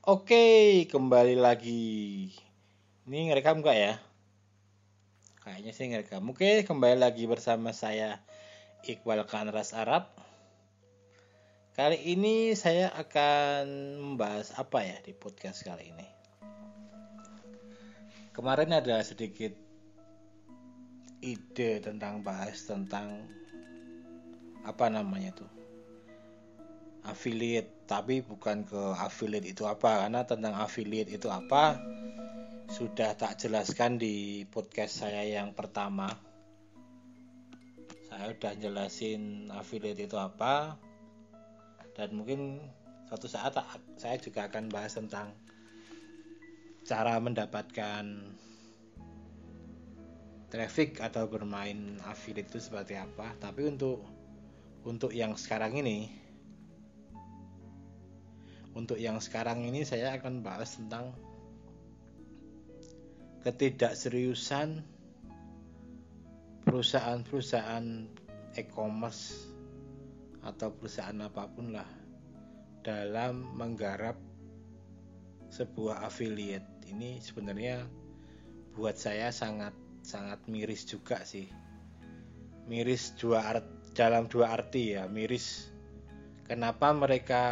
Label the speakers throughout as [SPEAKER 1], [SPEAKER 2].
[SPEAKER 1] Oke, kembali lagi. Ini ngerekam enggak ya? Kayaknya sih ngerekam. Oke, kembali lagi bersama saya Iqbal Kanras Arab. Kali ini saya akan membahas apa ya di podcast kali ini. Kemarin ada sedikit ide tentang bahas tentang apa namanya tuh, affiliate, tapi bukan ke affiliate itu apa, karena tentang affiliate itu apa sudah tak jelaskan di podcast saya yang pertama. Saya udah jelasin affiliate itu apa, dan mungkin suatu saat saya juga akan bahas tentang cara mendapatkan traffic atau bermain affiliate itu seperti apa. Tapi untuk yang sekarang ini saya akan bahas tentang ketidakseriusan perusahaan-perusahaan e-commerce atau perusahaan apapun lah dalam menggarap sebuah affiliate. Ini sebenarnya buat saya sangat miris juga sih. Miris dalam dua arti ya. Miris kenapa mereka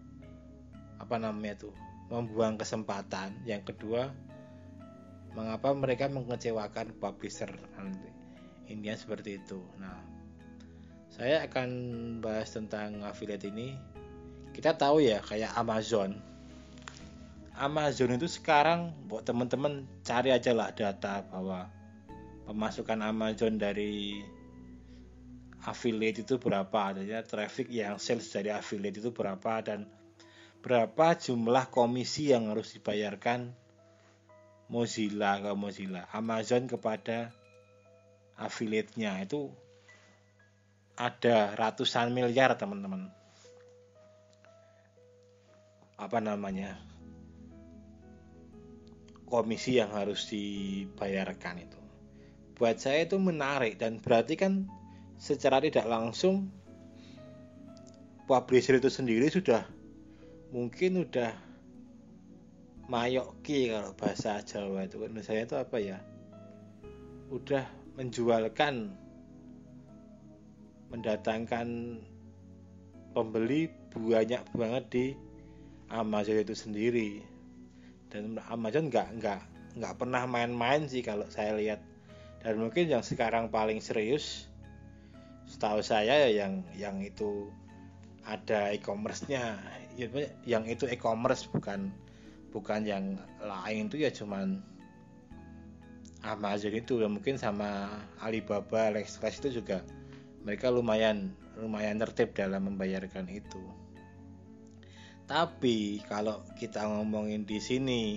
[SPEAKER 1] membuang kesempatan. Yang kedua, mengapa mereka mengecewakan publisher. Intinya seperti itu. Nah, saya akan bahas tentang affiliate ini. Kita tahu ya, kayak Amazon itu sekarang buat teman-teman cari aja lah data bahwa pemasukan Amazon dari affiliate itu berapa, adanya traffic yang sales dari affiliate itu berapa, dan berapa jumlah komisi yang harus dibayarkan Amazon kepada affiliate-nya. Itu ada ratusan miliar teman-teman. Komisi yang harus dibayarkan itu. Buat saya itu menarik, dan berarti kan secara tidak langsung publisher itu sendiri sudah mayoki kalau bahasa Jawa itu kan, saya itu apa ya, udah mendatangkan pembeli banyak banget di Amazon itu sendiri. Dan Amazon nggak pernah main-main sih kalau saya lihat. Dan mungkin yang sekarang paling serius setahu saya ya yang itu ada e-commerce-nya. Yang itu e-commerce, bukan yang lain. Itu ya cuman Amazon itu. Dan mungkin sama Alibaba, AliExpress itu juga mereka lumayan tertib dalam membayarkan itu. Tapi kalau kita ngomongin di sini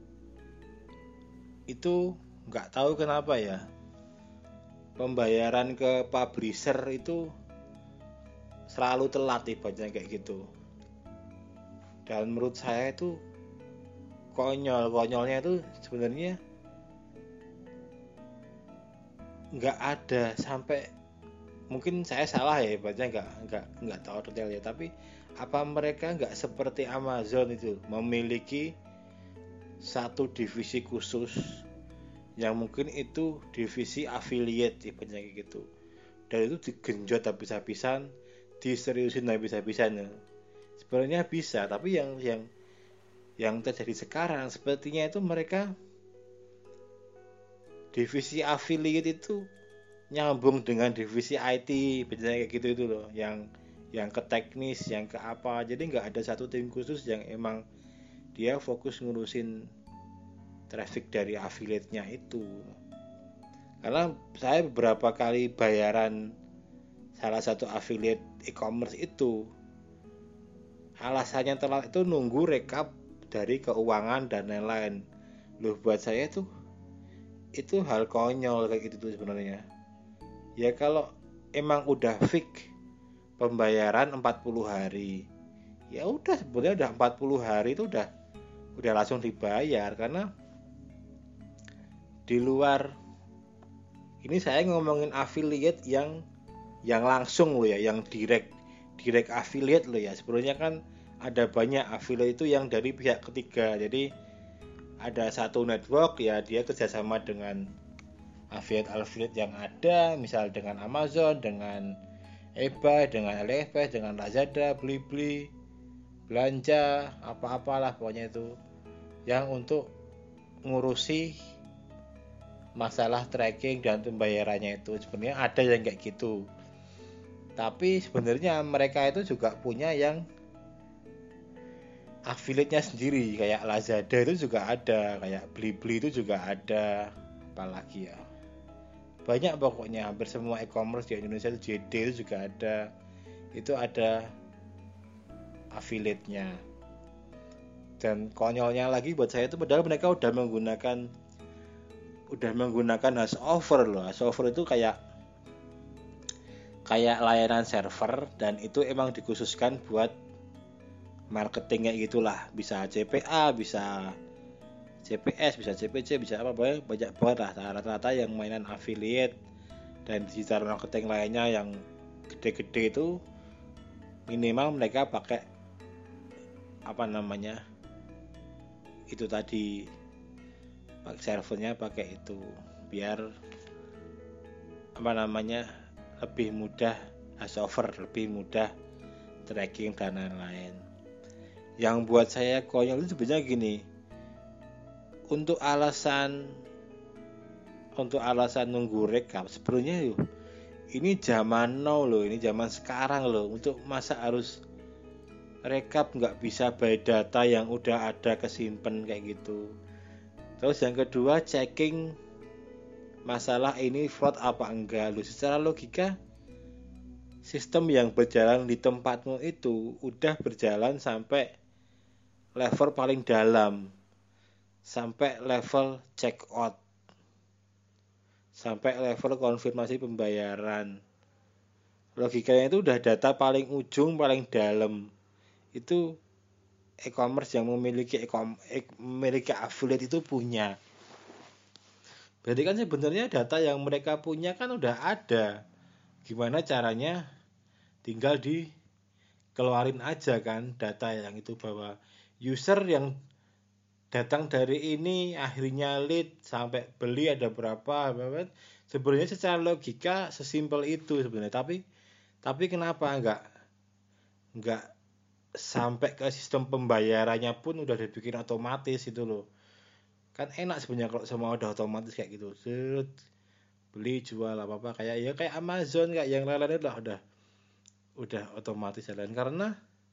[SPEAKER 1] itu nggak tahu kenapa ya, pembayaran ke publisher itu selalu telat ibaratnya kayak gitu. Dan menurut saya itu konyolnya itu sebenarnya nggak ada sampai, mungkin saya salah ya ibaratnya, nggak tahu detail ya, tapi apa mereka nggak seperti Amazon itu memiliki satu divisi khusus yang mungkin itu divisi affiliate ibaratnya kayak gitu, dan itu digenjot habis-habisan, diseriusin habis-habisan. Sebenarnya bisa, tapi yang terjadi sekarang sepertinya itu mereka divisi affiliate itu nyambung dengan divisi IT, biasanya kayak gitu itu loh, yang ke teknis, yang ke apa. Jadi nggak ada satu tim khusus yang emang dia fokus ngurusin traffic dari affiliate-nya itu. Karena saya beberapa kali bayaran salah satu affiliate e-commerce itu, alasannya telat itu nunggu rekap dari keuangan dan lain-lain. Loh, buat saya itu hal konyol kayak gitu tuh sebenarnya. Ya kalau emang udah fix pembayaran 40 hari, ya udah, sebenarnya udah 40 hari itu udah langsung dibayar. Karena di luar ini saya ngomongin affiliate yang langsung loh ya, yang direct affiliate loh ya. Sebenarnya kan ada banyak affiliate itu yang dari pihak ketiga. Jadi ada satu network ya, dia kerjasama dengan affiliate yang ada, misal dengan Amazon, dengan eBay, dengan AliExpress, dengan Lazada, Blibli, belanja apa-apalah pokoknya itu, yang untuk ngurusi masalah tracking dan pembayarannya itu. Sebenarnya ada yang kayak gitu, tapi sebenarnya mereka itu juga punya yang affiliate-nya sendiri, kayak Lazada itu juga ada, kayak Blibli itu juga ada, apalagi ya, banyak pokoknya. Hampir semua e-commerce di Indonesia itu, JD itu juga ada, itu ada affiliate-nya. Dan konyolnya lagi buat saya itu, padahal mereka udah menggunakan hashover loh. Hashover itu kayak layanan server, dan itu emang dikhususkan buat marketing kayak gitulah. Bisa CPA, bisa CPS, bisa CPC, bisa apa, banyak banget lah rata-rata yang mainan affiliate dan digital marketing lainnya yang gede-gede itu. Minimal mereka pakai apa namanya, itu tadi, servernya pakai itu biar apa namanya, lebih mudah hashover, lebih mudah tracking dan lain-lain. Yang buat saya konyol itu sebenarnya gini, untuk alasan nunggu rekap, sebenarnya yuk, ini zaman now loh, ini zaman sekarang loh, untuk masa harus rekap nggak bisa by data yang udah ada kesimpan kayak gitu. Terus yang kedua, checking masalah ini fraud apa enggak. Loh, secara logika sistem yang berjalan di tempatmu itu udah berjalan sampai level paling dalam, sampai level check out, sampai level konfirmasi pembayaran. Logikanya itu udah data paling ujung, paling dalam. Itu e-commerce yang memiliki affiliate itu punya. Berarti kan sebenarnya data yang mereka punya kan udah ada. Gimana caranya? Tinggal dikeluarin aja kan data yang itu, bahwa user yang datang dari ini akhirnya lead sampai beli ada berapa. Sebenarnya secara logika sesimpel itu sebenarnya, tapi kenapa nggak sampai ke sistem pembayarannya pun udah dibikin otomatis itu loh. Kan enak sebenarnya kalau semua udah otomatis kayak gitu. Set, beli jual apa kayak Amazon, kayak yang lain-lain lah udah otomatis jalan. Karena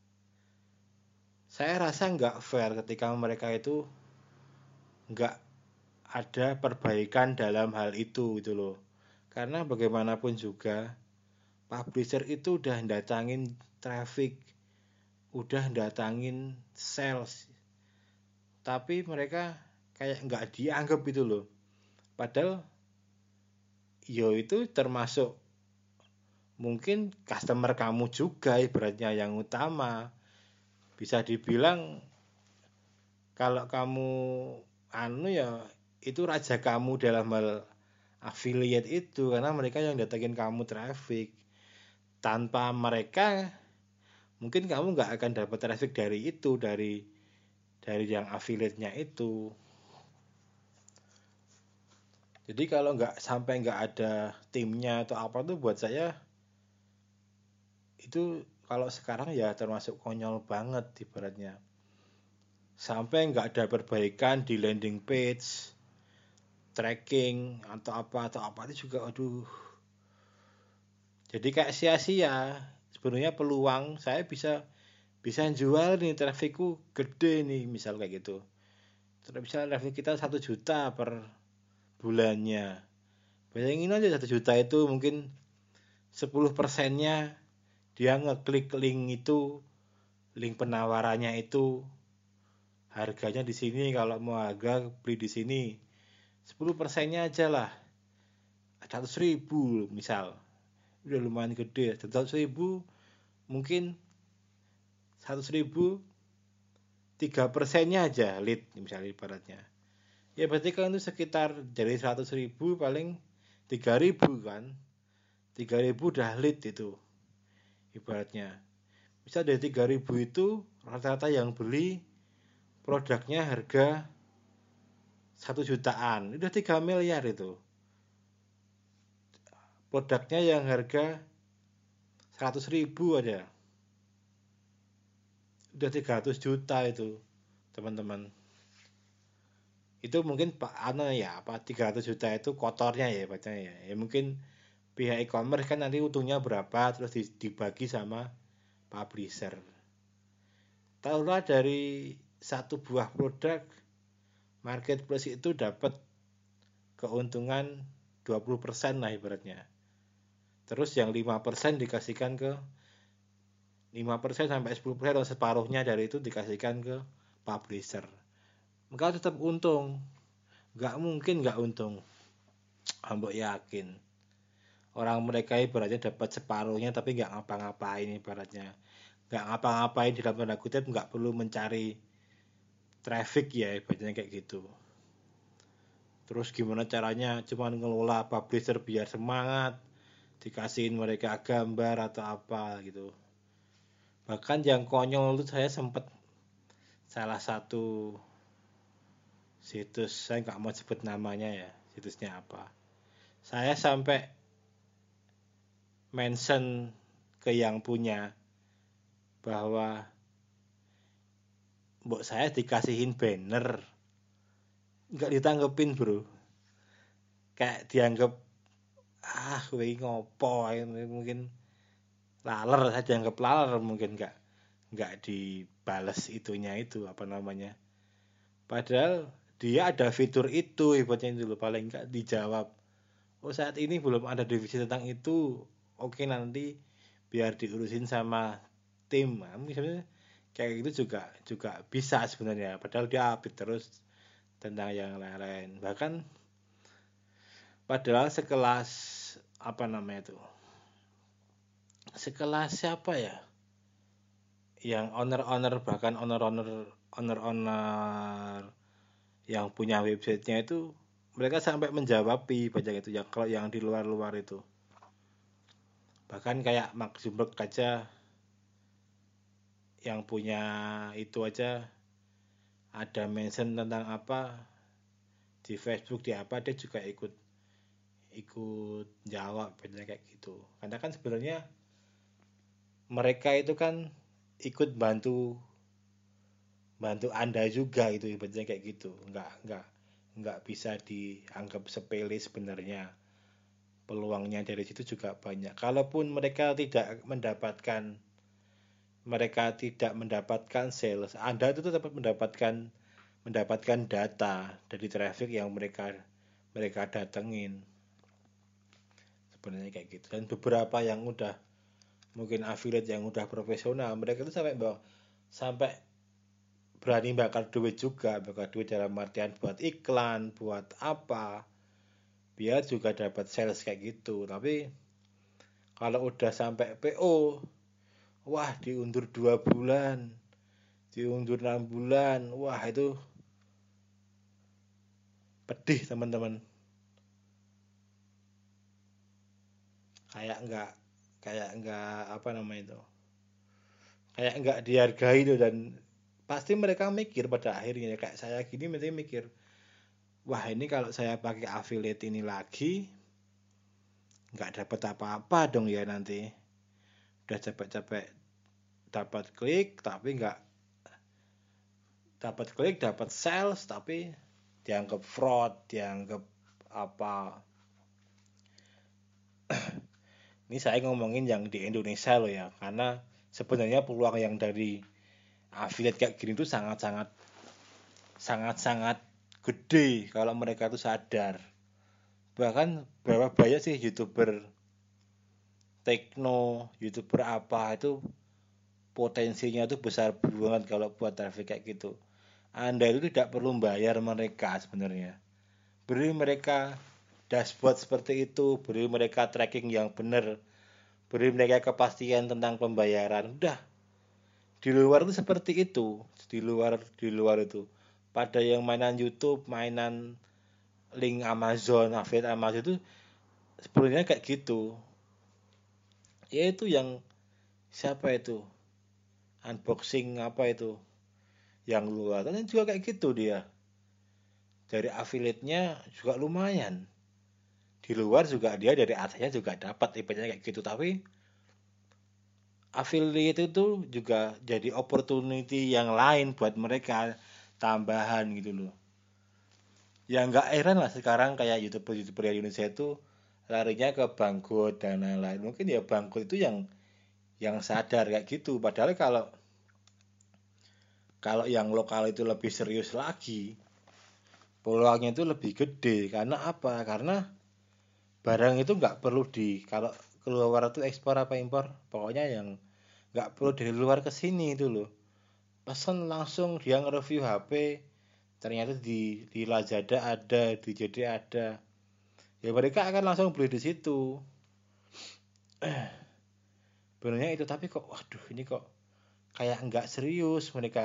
[SPEAKER 1] saya rasa nggak fair ketika mereka itu nggak ada perbaikan dalam hal itu gitu loh. Karena bagaimanapun juga publisher itu udah datangin traffic, udah datangin sales, tapi mereka kayak nggak dianggap itu loh. Padahal yo itu termasuk mungkin customer kamu juga ibaratnya yang utama. Bisa dibilang kalau kamu ya itu raja kamu dalam hal affiliate itu, karena mereka yang datangin kamu traffic. Tanpa mereka mungkin kamu nggak akan dapat traffic dari itu, dari yang affiliate-nya itu. Jadi kalau nggak ada timnya atau apa tuh, buat saya itu kalau sekarang ya termasuk konyol banget ibaratnya. Sampai nggak ada perbaikan di landing page, tracking atau apa itu juga, aduh. Jadi kayak sia-sia. Sebenarnya peluang saya bisa jual nih, trafficku gede nih, misal kayak gitu. Misal traffic kita 1 juta per bulannya. Bayangin aja 1 juta itu mungkin 10%-nya dia ngeklik link itu, link penawarannya itu, harganya di sini, kalau mau harga beli di sini. 10%-nya aja lah, 100.000 misal. Udah lumayan gede. 100.000 mungkin 100.000 3%-nya aja lead misalnya ibaratnya. Ya berarti kan itu sekitar dari 100.000 paling 3.000 kan. 3.000 udah lead itu ibaratnya. Misal dari 3.000 itu rata-rata yang beli produknya harga 1 jutaan, udah 3 miliar itu. Produknya yang harga 100 ribu ada, udah 300 juta itu teman-teman. Itu mungkin ya, 300 juta itu kotornya ya bacanya ya. Ya mungkin pihak e-commerce kan nanti untungnya berapa terus dibagi sama publisher. Taruhlah dari satu buah produk marketplace itu dapat keuntungan 20% lah ibaratnya. Terus yang 5% dikasihkan ke 5% sampai 10% atau separuhnya dari itu dikasihkan ke publisher. Maka tetap untung. Nggak mungkin nggak untung. Ambok yakin. Orang mereka ibaratnya dapat separuhnya tapi nggak ngapa-ngapain ibaratnya. Nggak ngapa-ngapain di dalam tanda kutip, nggak perlu mencari traffic ya ibaratnya kayak gitu. Terus gimana caranya cuman ngelola publisher biar semangat, dikasihin mereka gambar atau apa gitu. Bahkan yang konyol itu saya sempat salah satu situs, saya nggak mau sebut namanya ya, situsnya apa. Saya sampai mention ke yang punya bahwa mbok saya dikasihin banner, nggak ditanggepin bro, kayak dianggap kowe ngopo, mungkin laler, saya dianggap laler, mungkin nggak dibales itunya, itu apa namanya, padahal dia ada fitur itu hebatnya itu loh, paling nggak dijawab, oh saat ini belum ada divisi tentang itu, oke nanti biar diurusin sama tim. Nah, misalnya kayak gitu juga bisa sebenarnya, padahal dia update terus tentang yang lain-lain. Bahkan padahal sekelas apa namanya itu, sekelas siapa ya, yang owner bahkan owner yang punya websitenya itu, mereka sampai menjawab banyak itu ya, kalau yang di luar itu. Bahkan kayak Mark Zuckerberg aja, yang punya itu aja ada mention tentang apa di Facebook di apa, dia juga ikut jawab kayak gitu. Karena kan sebenarnya mereka itu kan ikut bantu Anda juga itu ibaratnya kayak gitu. Nggak bisa dianggap sepele sebenarnya. Peluangnya dari situ juga banyak. Kalaupun mereka tidak mendapatkan sales, Anda itu tetap mendapatkan data dari traffic yang mereka datengin. Sebenarnya kayak gitu. Dan beberapa yang udah mungkin affiliate yang udah profesional, mereka itu sampai berani bakar duit dalam artian buat iklan, buat apa, biar juga dapat sales kayak gitu. Tapi kalau udah sampai PO, wah diundur 2 bulan, diundur 6 bulan, wah itu pedih teman-teman. Kayak nggak apa namanya itu, kayak nggak dihargai itu. Dan pasti mereka mikir pada akhirnya, kayak saya gini mesti mikir, wah ini kalau saya pakai affiliate ini lagi nggak dapat apa-apa dong ya, nanti udah capek-capek dapat klik tapi nggak dapat klik, dapat sales tapi dianggap fraud, dianggap apa. Ini saya ngomongin yang di Indonesia loh ya, karena sebenarnya peluang yang dari affiliate kayak gini tuh sangat gede kalau mereka tuh sadar. Bahkan berapa banyak sih youtuber techno, youtuber apa itu potensinya tuh besar banget kalau buat traffic kayak gitu. Anda itu tidak perlu bayar mereka sebenarnya. Beri mereka dashboard seperti itu, beri mereka tracking yang benar, beri mereka kepastian tentang pembayaran. Udah. Di luar itu seperti itu. Di luar itu. Pada yang mainan YouTube, mainan link Amazon, affiliate Amazon itu sebenarnya kayak gitu. Yaitu yang siapa itu? unboxing apa itu yang luar kan juga kayak gitu dia, dari affiliate-nya juga lumayan, di luar juga dia dari atasnya juga dapat ibaratnya kayak gitu. Tapi affiliate itu juga jadi opportunity yang lain buat mereka, tambahan gitu loh. Ya nggak heran lah sekarang kayak youtuber di Indonesia itu larinya ke Banggood dan lain-lain. Mungkin ya Banggood itu yang sadar kayak gitu. Padahal kalau kalau yang lokal itu lebih serius lagi, peluangnya itu lebih gede. Karena apa? Karena barang itu nggak perlu kalau keluar itu ekspor apa impor, pokoknya yang nggak perlu dari luar ke sini itu loh. Pesan langsung dia nge-review HP, ternyata di Lazada ada, di JD ada. Ya mereka akan langsung beli di situ. Benernya itu, tapi kok waduh ini kok kayak nggak serius mereka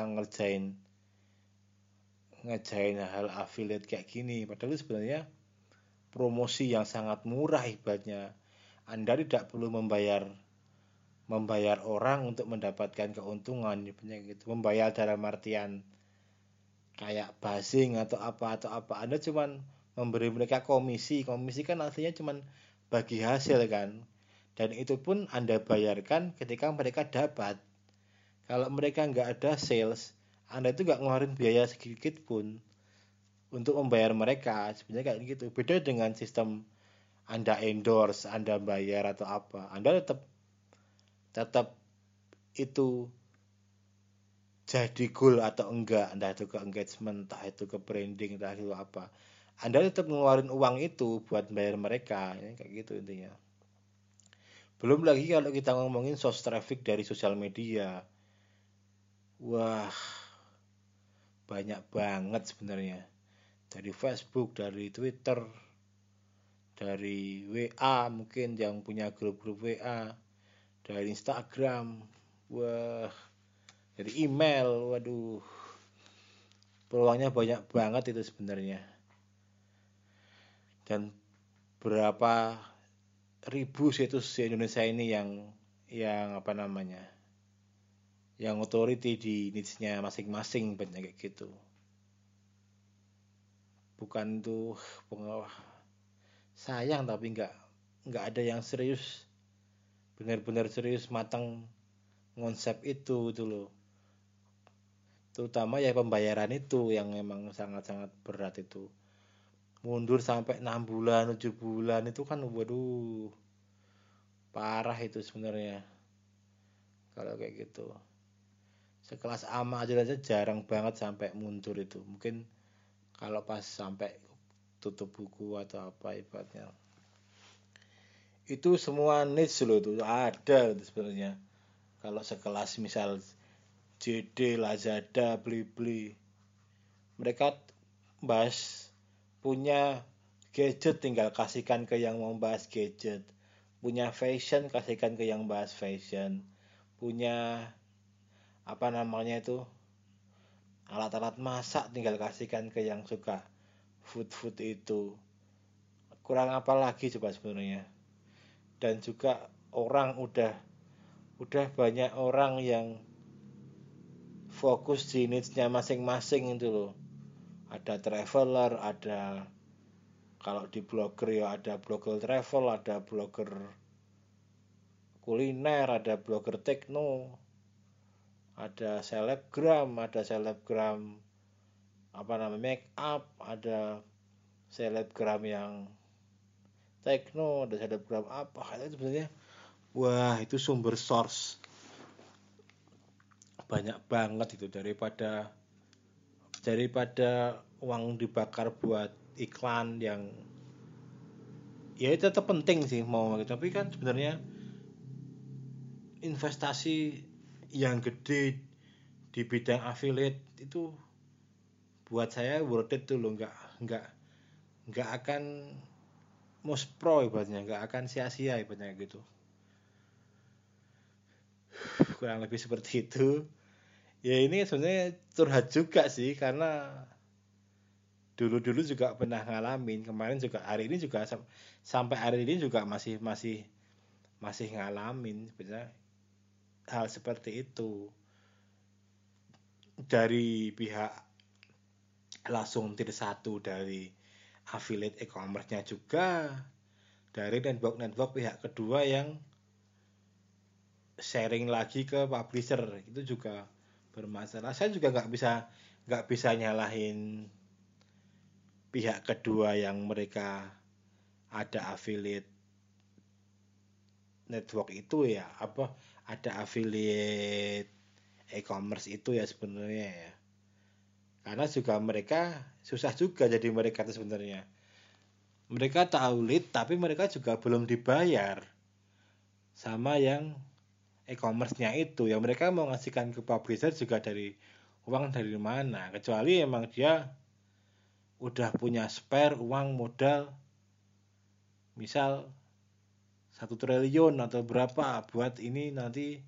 [SPEAKER 1] ngejain hal affiliate kayak gini. Padahal sebenarnya promosi yang sangat murah ibaratnya. Anda tidak perlu membayar orang untuk mendapatkan keuntungan gitu. Membayar dalam artian kayak buzzing atau apa. Anda cuman memberi mereka komisi kan artinya cuman bagi hasil kan, dan itu pun Anda bayarkan ketika mereka dapat. Kalau mereka nggak ada sales, Anda itu nggak ngeluarin biaya sedikit pun untuk membayar mereka. Sebenarnya kayak gitu, beda dengan sistem Anda endorse, Anda bayar atau apa, Anda tetap tetap itu jadi goal atau enggak, entah itu ke engagement, entah itu ke branding, entah itu apa, Anda tetap ngeluarin uang itu buat bayar mereka. Ini kayak gitu intinya. Belum lagi kalau kita ngomongin source traffic dari sosial media, wah banyak banget sebenarnya, dari Facebook, dari Twitter, dari WA, mungkin yang punya grup-grup WA, dari Instagram, wah, dari email, waduh, peluangnya banyak banget itu sebenarnya. Dan berapa ribu situs di Indonesia ini yang apa namanya, yang authority di niche-nya masing-masing, banyak kayak gitu. Bukan tuh pengawah, sayang tapi nggak ada yang serius, benar-benar serius matang konsep itu tuh loh. Terutama ya pembayaran itu yang memang sangat-sangat berat itu. Mundur sampai 6 bulan, 7 bulan itu kan waduh, parah itu sebenarnya kalau kayak gitu. Sekelas ama aja jarang banget sampai mundur itu. Mungkin kalau pas sampai tutup buku atau apa ibaratnya. Itu semua niche loh itu ada itu sebenarnya. Kalau sekelas misal JD, Lazada, Blibli, mereka bahas punya gadget tinggal kasihkan ke yang mau bahas gadget, punya fashion kasihkan ke yang bahas fashion, punya apa namanya itu alat-alat masak tinggal kasihkan ke yang suka food itu. Kurang apa lagi coba sebenarnya. Dan juga orang udah banyak orang yang fokus di niche-nya masing-masing itu loh. Ada traveler, ada kalau di blogger ya ada blogger travel, ada blogger kuliner, ada blogger techno, ada selebgram apa namanya make up, ada selebgram yang techno, ada selebgram apa, itu sebenarnya wah itu sumber source banyak banget itu, daripada uang dibakar buat iklan yang ya itu tetap penting sih mau, tapi kan sebenarnya investasi yang gede di bidang affiliate itu buat saya worth it tuh loh, nggak akan muspro ibaratnya, nggak akan sia-sia ibaratnya gitu. Kurang lebih seperti itu. Ya ini sebenarnya curhat juga sih, karena dulu juga pernah ngalamin, kemarin juga, hari ini juga sampai hari ini juga masih ngalamin sebenarnya hal seperti itu. dari pihak langsung tier 1 dari affiliate e-commerce-nya juga, dari network pihak kedua yang sharing lagi ke publisher itu juga bermasalah. Saya juga nggak bisa nyalahin pihak kedua yang mereka ada affiliate network itu ya, apa ada affiliate e-commerce itu ya sebenarnya ya. Karena juga mereka susah juga jadi mereka itu sebenarnya. Mereka tahu lead tapi mereka juga belum dibayar sama yang e-commerce-nya itu. Yang mereka mau ngasihkan ke publisher juga dari uang dari mana. Kecuali emang dia udah punya spare uang modal misal 1 triliun atau berapa buat ini nanti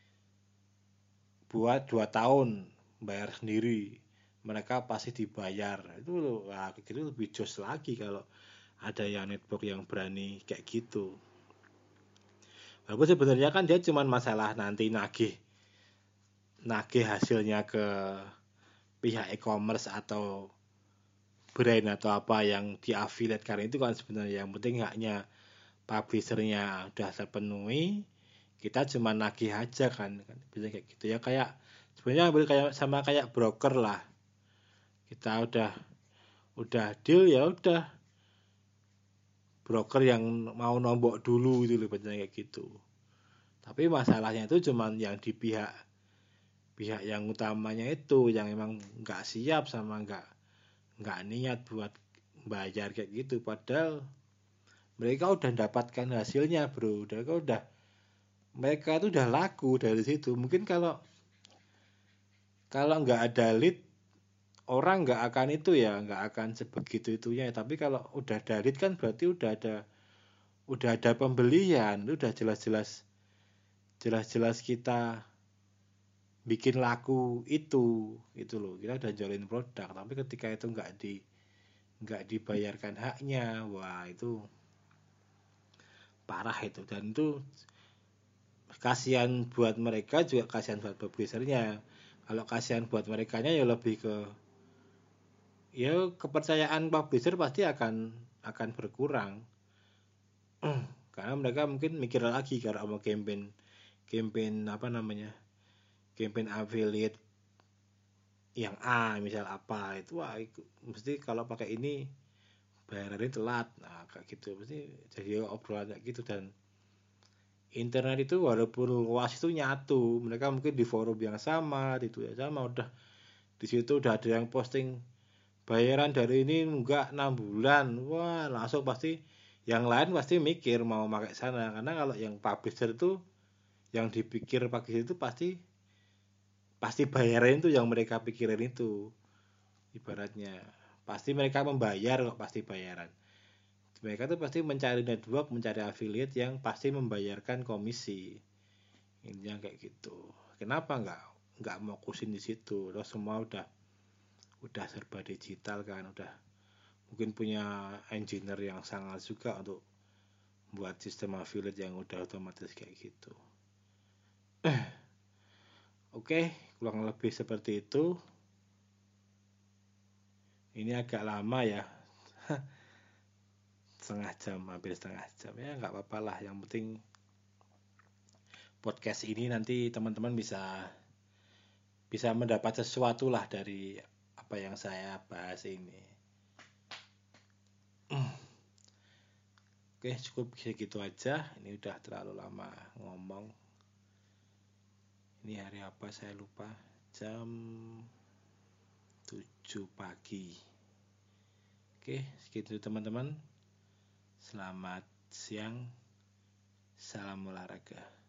[SPEAKER 1] buat 2 tahun bayar sendiri, mereka pasti dibayar itu loh. Nah, gitu lebih jos lagi kalau ada yang network yang berani kayak gitu. Walaupun sebenarnya kan dia cuma masalah nanti nagih hasilnya ke pihak e-commerce atau brand atau apa yang di affiliate, karena itu kan sebenarnya yang penting haknya publishernya udah terpenuhi, kita cuma nagih aja kan bisa kayak gitu ya. Kayak sebenarnya kayak sama kayak broker lah, kita udah deal ya udah, broker yang mau nombok dulu itu loh kayak gitu. Tapi masalahnya itu cuma yang di pihak yang utamanya itu yang emang nggak siap sama nggak niat buat bayar kayak gitu, padahal mereka udah dapatkan hasilnya bro, mereka itu udah laku dari situ. Mungkin kalau nggak ada lead, orang nggak akan itu ya, nggak akan sebegitu itunya. Tapi kalau udah ada lead kan berarti udah ada pembelian, itu udah jelas kita bikin laku itu loh, kita udah jualin produk. Tapi ketika itu nggak dibayarkan haknya, wah itu parah itu. Dan itu kasihan buat mereka juga kasihan buat publishernya. Kalau kasihan buat mereka ya lebih ke ya kepercayaan publisher pasti akan berkurang. Karena mereka mungkin mikir lagi kalau mau campaign apa namanya, campaign affiliate yang A misal apa itu, wah itu, mesti kalau pakai ini bayarannya telat, nah kayak gitu mesti jadi obrolan kayak gitu. Dan internet itu walaupun luas itu nyatu, mereka mungkin di forum yang sama itu ya sama, udah di situ udah ada yang posting bayaran dari ini enggak 6 bulan, wah langsung pasti yang lain pasti mikir mau pakai sana. Karena kalau yang publisher itu yang dipikir pakai itu pasti bayaran itu yang mereka pikirin itu, ibaratnya pasti mereka membayar kok, pasti bayaran. Mereka tuh pasti mencari network, mencari affiliate yang pasti membayarkan komisi. Intinya kayak gitu. Kenapa nggak mau kusin di situ? Terus semua udah serba digital kan, udah mungkin punya engineer yang sangat juga untuk buat sistem affiliate yang udah otomatis kayak gitu. Oke, kurang lebih seperti itu. Ini agak lama ya, hampir setengah jam ya, nggak apa-apa lah. Yang penting podcast ini nanti teman-teman bisa mendapat sesuatu lah dari apa yang saya bahas ini. Oke, cukup segitu aja. Ini udah terlalu lama ngomong. Ini hari apa saya lupa. Jam 7 pagi. Oke, segitu teman-teman. Selamat siang. Salam olahraga.